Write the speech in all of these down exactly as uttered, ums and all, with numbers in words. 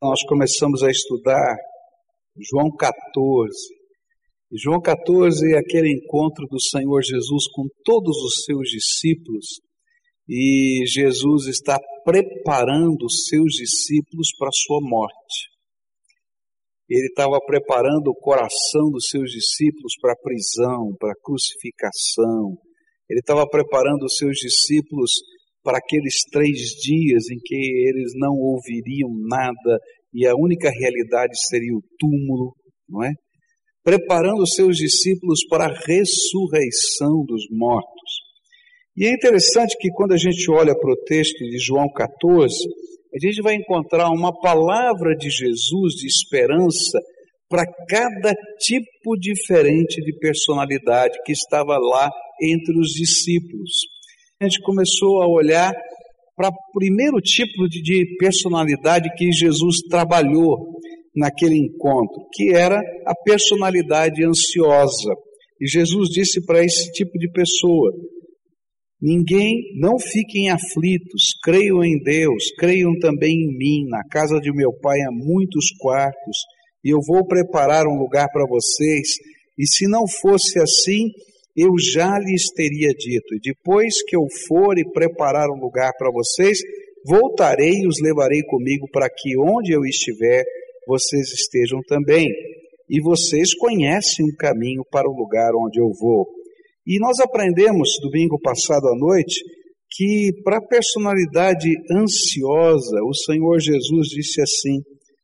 nós começamos a estudar João quatorze. E João quatorze é aquele encontro do Senhor Jesus com todos os seus discípulos, e Jesus está preparando os seus discípulos para a sua morte. Ele estava preparando o coração dos seus discípulos para a prisão, para a crucificação. Ele estava preparando os seus discípulos para aqueles três dias em que eles não ouviriam nada e a única realidade seria o túmulo, não é? Preparando os seus discípulos para a ressurreição dos mortos. E é interessante que quando a gente olha para o texto de João quatorze, a gente vai encontrar uma palavra de Jesus de esperança para cada tipo diferente de personalidade que estava lá entre os discípulos. A gente começou a olhar para o primeiro tipo de, de personalidade que Jesus trabalhou naquele encontro, que era a personalidade ansiosa. E Jesus disse para esse tipo de pessoa: ninguém, não fiquem aflitos, creiam em Deus, creiam também em mim. Na casa de meu pai há muitos quartos, e eu vou preparar um lugar para vocês. E se não fosse assim, eu já lhes teria dito. E depois que eu for e preparar um lugar para vocês, voltarei e os levarei comigo para que onde eu estiver, vocês estejam também. E vocês conhecem o caminho para o lugar onde eu vou. E nós aprendemos domingo passado à noite que para a personalidade ansiosa, o Senhor Jesus disse assim: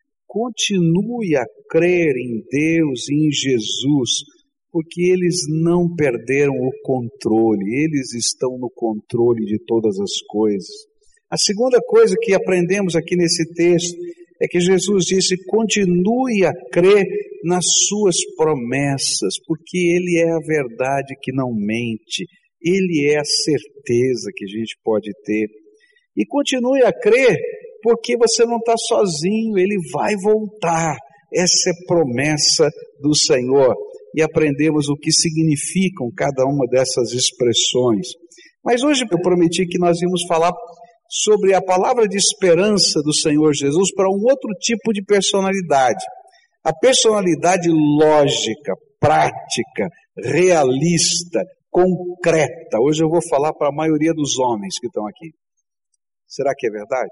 continue a crer em Deus e em Jesus, porque eles não perderam o controle, eles estão no controle de todas as coisas. A segunda coisa que aprendemos aqui nesse texto é que Jesus disse: continue a crer nas suas promessas, porque Ele é a verdade que não mente, Ele é a certeza que a gente pode ter. E continue a crer, porque você não está sozinho, Ele vai voltar. Essa é promessa do Senhor. E aprendemos o que significam cada uma dessas expressões. Mas hoje eu prometi que nós íamos falar sobre a palavra de esperança do Senhor Jesus para um outro tipo de personalidade. A personalidade lógica, prática, realista, concreta. Hoje eu vou falar para a maioria dos homens que estão aqui. Será que é verdade?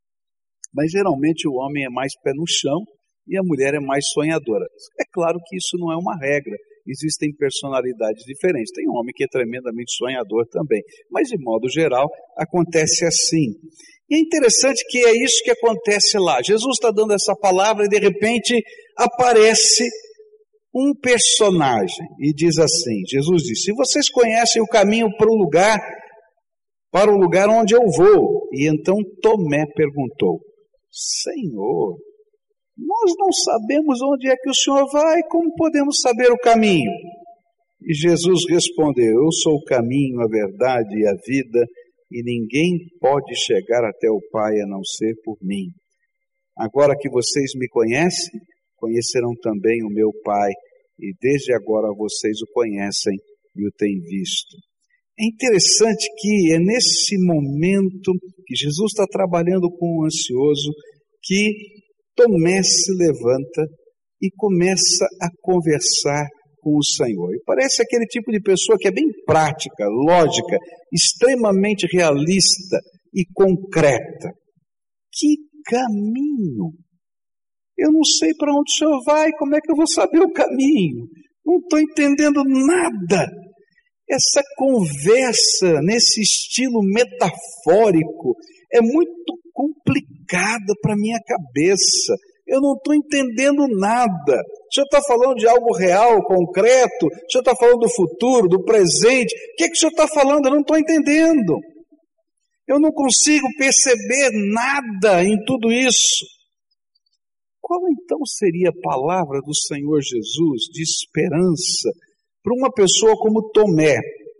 Mas geralmente o homem é mais pé no chão e a mulher é mais sonhadora. É claro que isso não é uma regra. Existem personalidades diferentes. Tem um homem que é tremendamente sonhador também. Mas, de modo geral, acontece assim. E é interessante que é isso que acontece lá. Jesus está dando essa palavra e, de repente, aparece um personagem. E diz assim, Jesus diz: se vocês conhecem o caminho para o lugar, para o lugar onde eu vou. E então Tomé perguntou: Senhor, nós não sabemos onde é que o Senhor vai, como podemos saber o caminho? E Jesus respondeu: eu sou o caminho, a verdade e a vida, e ninguém pode chegar até o Pai a não ser por mim. Agora que vocês me conhecem, conhecerão também o meu Pai, e desde agora vocês o conhecem e o têm visto. É interessante que é nesse momento que Jesus está trabalhando com o ansioso que Tomé se levanta e começa a conversar com o Senhor. E parece aquele tipo de pessoa que é bem prática, lógica, extremamente realista e concreta. Que caminho? Eu não sei para onde o Senhor vai, como é que eu vou saber o caminho? Não estou entendendo nada. Essa conversa nesse estilo metafórico é muito complicada para a minha cabeça. Eu não estou entendendo nada. O senhor está falando de algo real, concreto? O senhor está falando do futuro, do presente? O que é que o senhor está falando? Eu não estou entendendo. Eu não consigo perceber nada em tudo isso. Qual então seria a palavra do Senhor Jesus de esperança para uma pessoa como Tomé,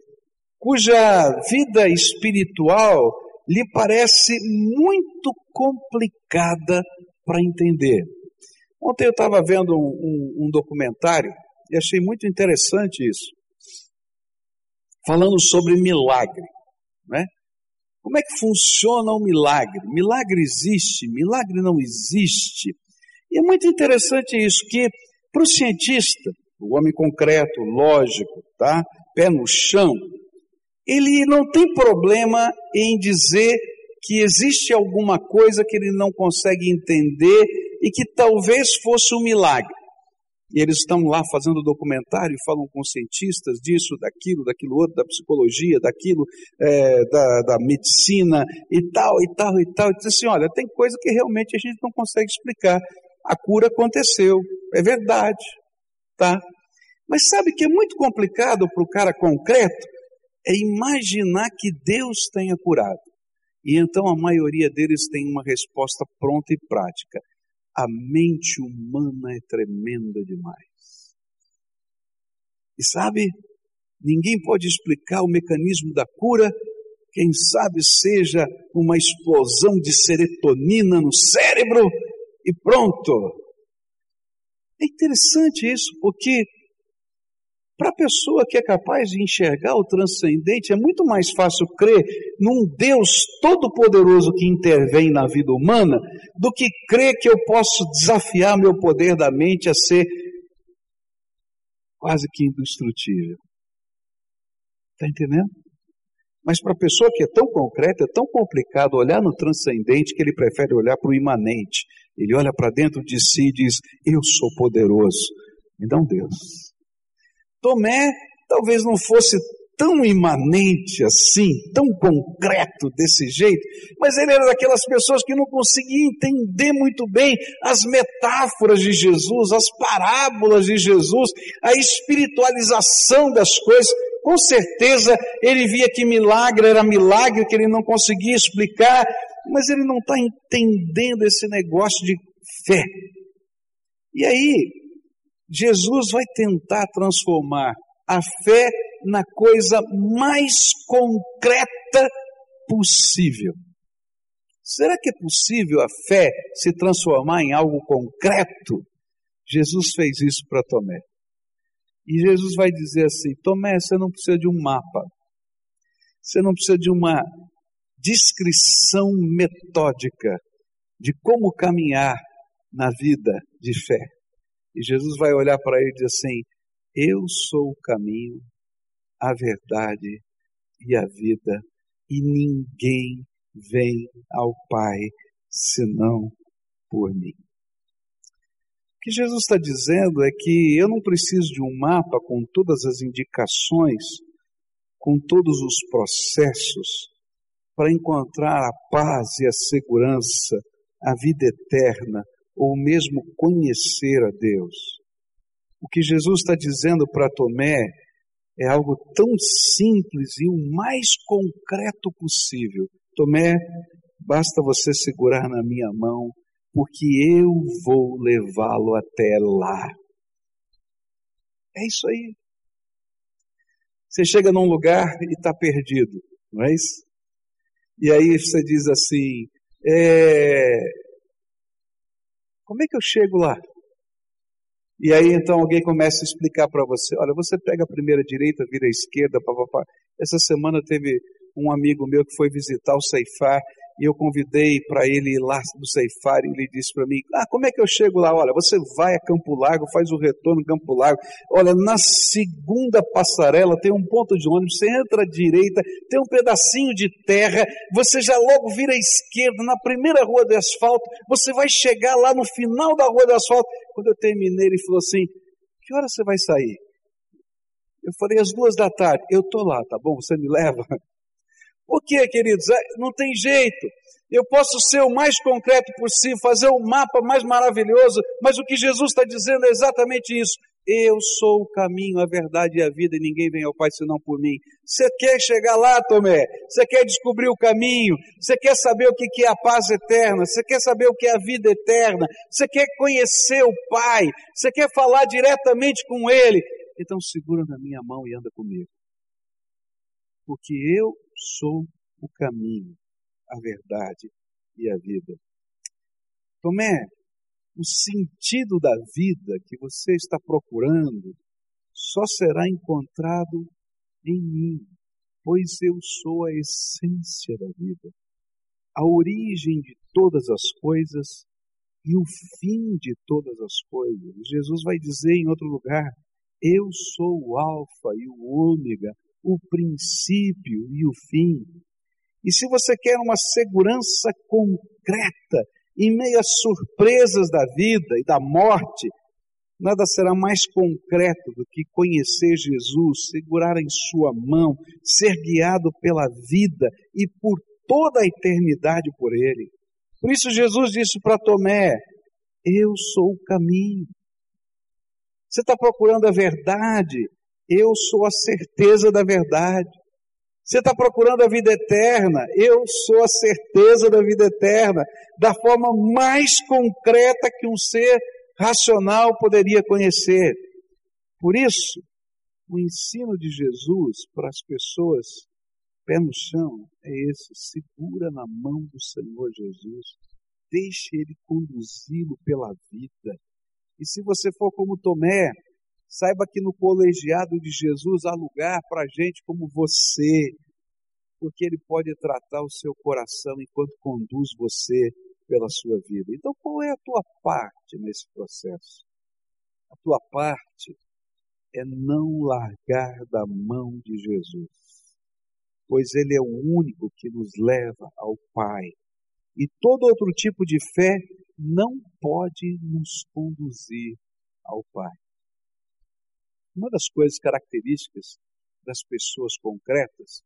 cuja vida espiritual lhe parece muito complicada para entender? Ontem eu estava vendo um, um, um documentário e achei muito interessante isso, falando sobre milagre, né? Como é que funciona o milagre? Milagre existe? Milagre não existe? E é muito interessante isso, que para o cientista, o homem concreto, lógico, tá? Pé no chão, ele não tem problema em dizer que existe alguma coisa que ele não consegue entender e que talvez fosse um milagre. E eles estão lá fazendo documentário e falam com cientistas disso, daquilo, daquilo outro, da psicologia, daquilo, é, da, da medicina e tal, e tal, e tal. E diz assim, olha, tem coisa que realmente a gente não consegue explicar. A cura aconteceu, é verdade, tá? Mas sabe que é muito complicado para o cara concreto? É imaginar que Deus tenha curado. E então a maioria deles tem uma resposta pronta e prática. A mente humana é tremenda demais. E sabe, ninguém pode explicar o mecanismo da cura. Quem sabe seja uma explosão de serotonina no cérebro e pronto. É interessante isso, porque para a pessoa que é capaz de enxergar o transcendente, é muito mais fácil crer num Deus todo-poderoso que intervém na vida humana, do que crer que eu posso desafiar meu poder da mente a ser quase que indestrutível. Está entendendo? Mas para a pessoa que é tão concreta, é tão complicado olhar no transcendente, que ele prefere olhar para o imanente. Ele olha para dentro de si e diz, eu sou poderoso. Me dá um Deus. Tomé talvez não fosse tão imanente assim, tão concreto desse jeito, mas ele era daquelas pessoas que não conseguia entender muito bem as metáforas de Jesus, as parábolas de Jesus, a espiritualização das coisas. Com certeza ele via que milagre era milagre, que ele não conseguia explicar, mas ele não está entendendo esse negócio de fé. E aí, Jesus vai tentar transformar a fé na coisa mais concreta possível. Será que é possível a fé se transformar em algo concreto? Jesus fez isso para Tomé. E Jesus vai dizer assim, Tomé, você não precisa de um mapa. Você não precisa de uma descrição metódica de como caminhar na vida de fé. E Jesus vai olhar para ele e dizer assim, eu sou o caminho, a verdade e a vida, e ninguém vem ao Pai senão por mim. O que Jesus está dizendo é que eu não preciso de um mapa com todas as indicações, com todos os processos, para encontrar a paz e a segurança, a vida eterna, ou mesmo conhecer a Deus. O que Jesus está dizendo para Tomé é algo tão simples e o mais concreto possível. Tomé, basta você segurar na minha mão, porque eu vou levá-lo até lá. É isso aí. Você chega num lugar e está perdido, não é isso? E aí você diz assim, é... como é que eu chego lá? E aí então alguém começa a explicar para você, olha, você pega a primeira direita, vira a esquerda, papapá. Essa semana teve um amigo meu que foi visitar o Ceifar, e eu convidei para ele ir lá no Ceifar, e ele disse para mim, ah, como é que eu chego lá? Olha, você vai a Campo Largo, faz o retorno em Campo Largo, olha, na segunda passarela tem um ponto de ônibus, você entra à direita, tem um pedacinho de terra, você já logo vira à esquerda, na primeira rua de asfalto, você vai chegar lá no final da rua de asfalto. Quando eu terminei, ele falou assim, que hora você vai sair? Eu falei, às duas da tarde. Eu estou lá, tá bom? Você me leva? Por quê, queridos? Não tem jeito. Eu posso ser o mais concreto possível, fazer o mapa mais maravilhoso, mas o que Jesus está dizendo é exatamente isso. Eu sou o caminho, a verdade e a vida, e ninguém vem ao Pai senão por mim. Você quer chegar lá, Tomé? Você quer descobrir o caminho? Você quer saber o que é a paz eterna? Você quer saber o que é a vida eterna? Você quer conhecer o Pai? Você quer falar diretamente com Ele? Então segura na minha mão e anda comigo. Porque eu sou o caminho, a verdade e a vida. Tomé, o sentido da vida que você está procurando só será encontrado em mim. pois eu sou a essência da vida, a origem de todas as coisas e o fim de todas as coisas. Jesus vai dizer em outro lugar: eu sou o alfa e o ômega, o princípio e o fim. E se você quer uma segurança concreta em meio às surpresas da vida e da morte, nada será mais concreto do que conhecer Jesus, segurar em sua mão, ser guiado pela vida e por toda a eternidade por Ele. Por isso Jesus disse para Tomé: eu sou o caminho. Você está procurando a verdade? Eu sou a certeza da verdade. Você está procurando a vida eterna? Eu sou a certeza da vida eterna, da forma mais concreta que um ser racional poderia conhecer. Por isso, o ensino de Jesus para as pessoas, pé no chão, é esse: segura na mão do Senhor Jesus, deixe Ele conduzi-lo pela vida. E se você for como Tomé, saiba que no colegiado de Jesus há lugar para gente como você, porque Ele pode tratar o seu coração enquanto conduz você pela sua vida. Então, qual é a tua parte nesse processo? A tua parte é não largar da mão de Jesus, pois Ele é o único que nos leva ao Pai. E todo outro tipo de fé não pode nos conduzir ao Pai. Uma das coisas características das pessoas concretas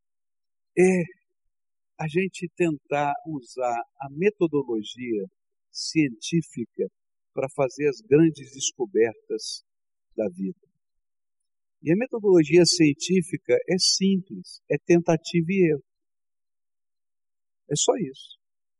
é a gente tentar usar a metodologia científica para fazer as grandes descobertas da vida. E a metodologia científica é simples, é tentativa e erro. É só isso.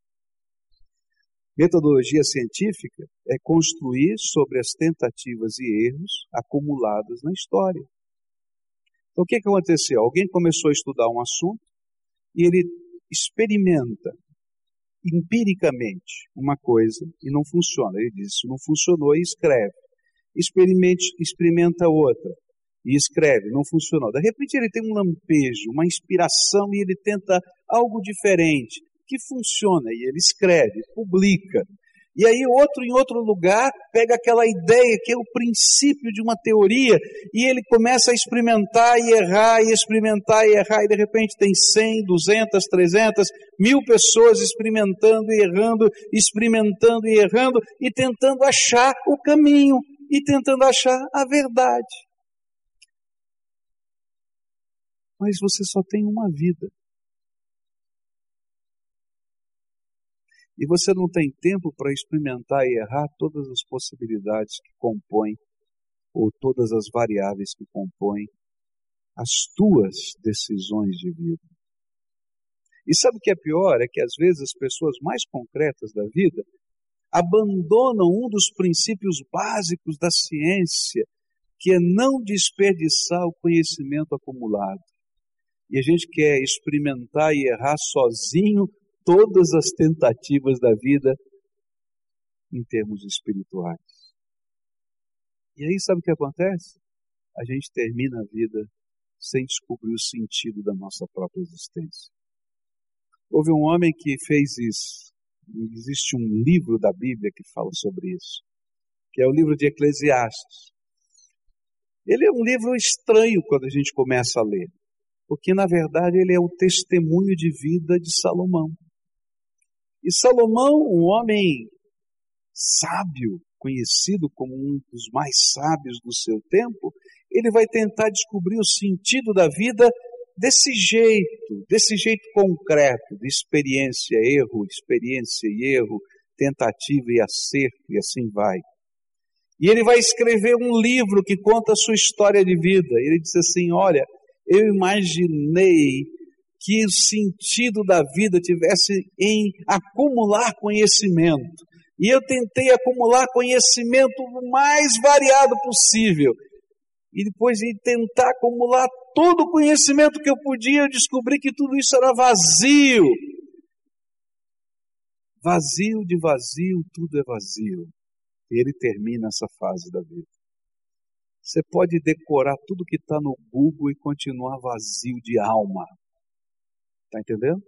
Metodologia científica é construir sobre as tentativas e erros acumulados na história. Então, o que que aconteceu? Alguém começou a estudar um assunto e ele experimenta empiricamente uma coisa e não funciona. Ele diz: isso não funcionou, e escreve. Experimente, experimenta outra e escreve, não funcionou. De repente ele tem um lampejo, uma inspiração, e ele tenta algo diferente que funciona, e ele escreve, publica. E aí outro em outro lugar pega aquela ideia que é o princípio de uma teoria, e ele começa a experimentar e errar, e experimentar e errar, e de repente tem cem, duzentas, trezentas, mil pessoas experimentando e errando, experimentando e errando, e tentando achar o caminho, e tentando achar a verdade. Mas você só tem uma vida. E você não tem tempo para experimentar e errar todas as possibilidades que compõem, ou todas as variáveis que compõem as tuas decisões de vida. E sabe o que é pior? É que às vezes as pessoas mais concretas da vida abandonam um dos princípios básicos da ciência, que é não desperdiçar o conhecimento acumulado. E a gente quer experimentar e errar sozinho todas as tentativas da vida em termos espirituais. E aí sabe o que acontece? A gente termina a vida sem descobrir o sentido da nossa própria existência. Houve um homem que fez isso. Existe um livro da Bíblia que fala sobre isso, que é o livro de Eclesiastes. Ele é um livro estranho quando a gente começa a ler, porque na verdade ele é o testemunho de vida de Salomão. E Salomão, um homem sábio, conhecido como um dos mais sábios do seu tempo, ele vai tentar descobrir o sentido da vida desse jeito, desse jeito concreto, de experiência, erro, experiência e erro, tentativa e acerto, e assim vai. E ele vai escrever um livro que conta a sua história de vida. Ele diz assim: olha, eu imaginei que o sentido da vida tivesse em acumular conhecimento. E eu tentei acumular conhecimento o mais variado possível. E depois de tentar acumular todo o conhecimento que eu podia, eu descobri que tudo isso era vazio. Vazio de vazio, tudo é vazio. E ele termina essa fase da vida. Você pode decorar tudo que está no Google e continuar vazio de alma. Está entendendo?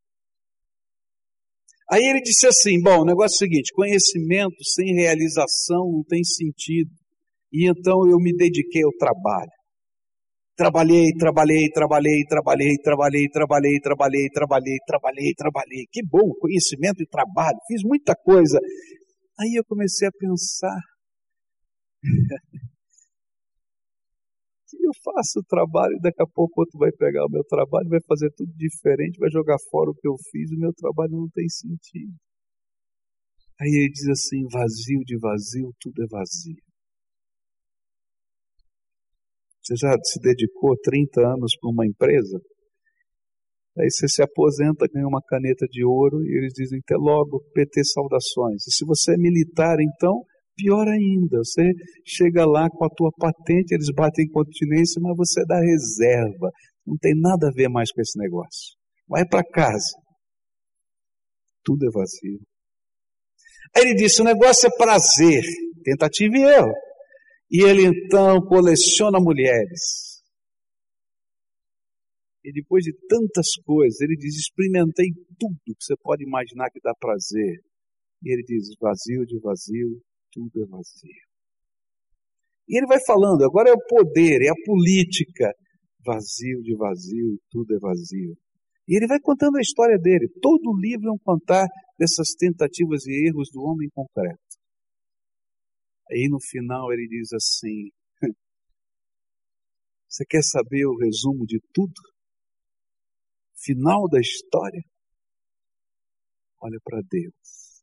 Aí ele disse assim, bom, o negócio é o seguinte, conhecimento sem realização não tem sentido. E então eu me dediquei ao trabalho. Trabalhei, trabalhei, trabalhei, trabalhei, trabalhei, trabalhei, trabalhei, trabalhei, trabalhei, trabalhei. Que bom, conhecimento e trabalho, fiz muita coisa. Aí eu comecei a pensar, que eu faço o trabalho e daqui a pouco outro vai pegar o meu trabalho, vai fazer tudo diferente, vai jogar fora o que eu fiz, o meu trabalho não tem sentido. Aí ele diz assim, vazio de vazio, tudo é vazio. Você já se dedicou trinta anos para uma empresa? Aí você se aposenta, ganha uma caneta de ouro e eles dizem, até logo, P T saudações. E se você é militar, então, pior ainda, você chega lá com a tua patente, eles batem continência, mas você é da reserva. Não tem nada a ver mais com esse negócio. Vai para casa. Tudo é vazio. Aí ele disse, o negócio é prazer, tentativa e erro. E ele então coleciona mulheres. E depois de tantas coisas, ele diz, experimentei tudo que você pode imaginar que dá prazer. E ele diz, vazio de vazio, tudo é vazio. E ele vai falando, agora é o poder, é a política. Vazio de vazio, tudo é vazio. E ele vai contando a história dele. Todo o livro é um contar dessas tentativas e erros do homem concreto. Aí no final ele diz assim, você quer saber o resumo de tudo? Final da história? Olha para Deus,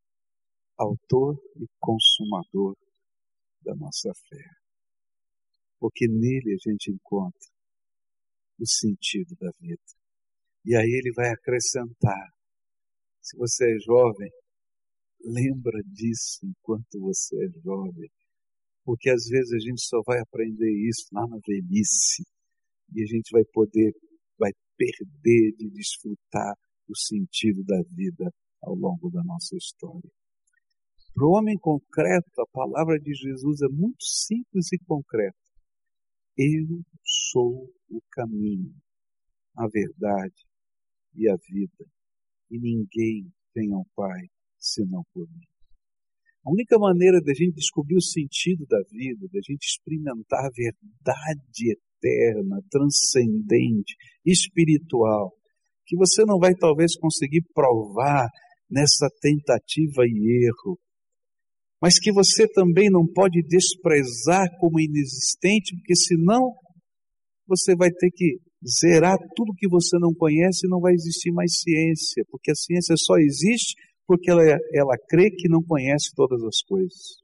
autor e consumador da nossa fé. Porque nele a gente encontra o sentido da vida. E aí ele vai acrescentar, se você é jovem, lembra disso enquanto você é jovem. Porque às vezes a gente só vai aprender isso lá na velhice. E a gente vai poder, vai perder de desfrutar o sentido da vida ao longo da nossa história. Para o homem concreto, a palavra de Jesus é muito simples e concreta. Eu sou o caminho, a verdade e a vida. E ninguém vem ao Pai senão por mim. A única maneira da gente descobrir o sentido da vida, da gente experimentar a verdade eterna, transcendente, espiritual, que você não vai talvez conseguir provar nessa tentativa e erro, mas que você também não pode desprezar como inexistente, porque senão você vai ter que zerar tudo que você não conhece e não vai existir mais ciência, porque a ciência só existe porque ela, ela crê que não conhece todas as coisas.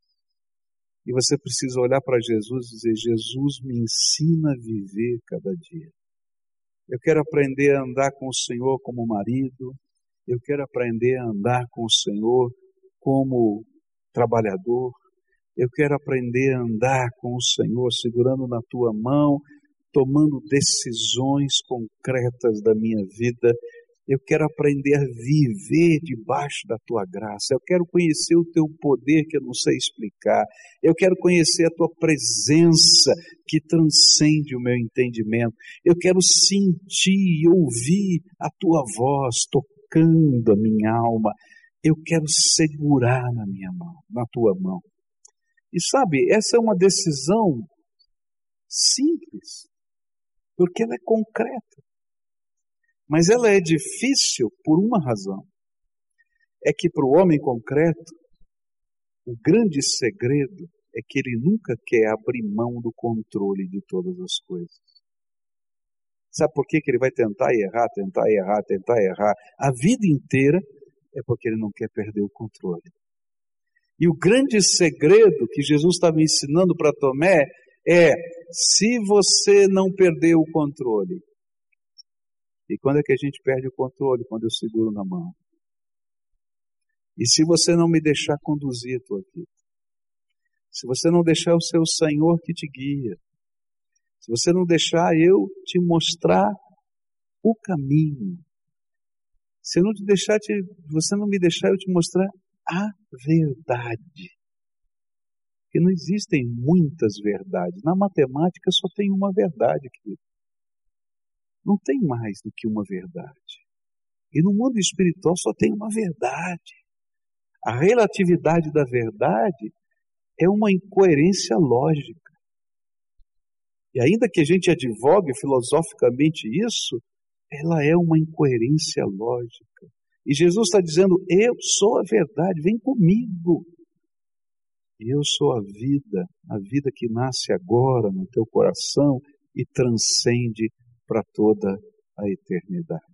E você precisa olhar para Jesus e dizer, Jesus me ensina a viver cada dia. Eu quero aprender a andar com o Senhor como marido, eu quero aprender a andar com o Senhor como trabalhador, eu quero aprender a andar com o Senhor segurando na tua mão, tomando decisões concretas da minha vida. Eu quero aprender a viver debaixo da tua graça. Eu quero conhecer o teu poder que eu não sei explicar. Eu quero conhecer a tua presença que transcende o meu entendimento. Eu quero sentir e ouvir a tua voz tocando a minha alma. Eu quero segurar na minha mão, na tua mão. E sabe, essa é uma decisão simples, porque ela é concreta. Mas ela é difícil por uma razão. É que para o homem concreto, o grande segredo é que ele nunca quer abrir mão do controle de todas as coisas. Sabe por que que ele vai tentar e errar, tentar e errar, tentar e errar? A vida inteira é porque ele não quer perder o controle. E o grande segredo que Jesus estava ensinando para Tomé é, se você não perder o controle. E quando é que a gente perde o controle? Quando eu seguro na mão. E se você não me deixar conduzir a tua vida? Se você não deixar o seu Senhor que te guia? Se você não deixar eu te mostrar o caminho? Se eu não te deixar, te, você não me deixar eu te mostrar a verdade? Porque não existem muitas verdades. Na matemática só tem uma verdade, querido. Não tem mais do que uma verdade. E no mundo espiritual só tem uma verdade. A relatividade da verdade é uma incoerência lógica. E ainda que a gente advogue filosoficamente isso, ela é uma incoerência lógica. E Jesus está dizendo, eu sou a verdade, vem comigo. E eu sou a vida, a vida que nasce agora no teu coração e transcende para toda a eternidade.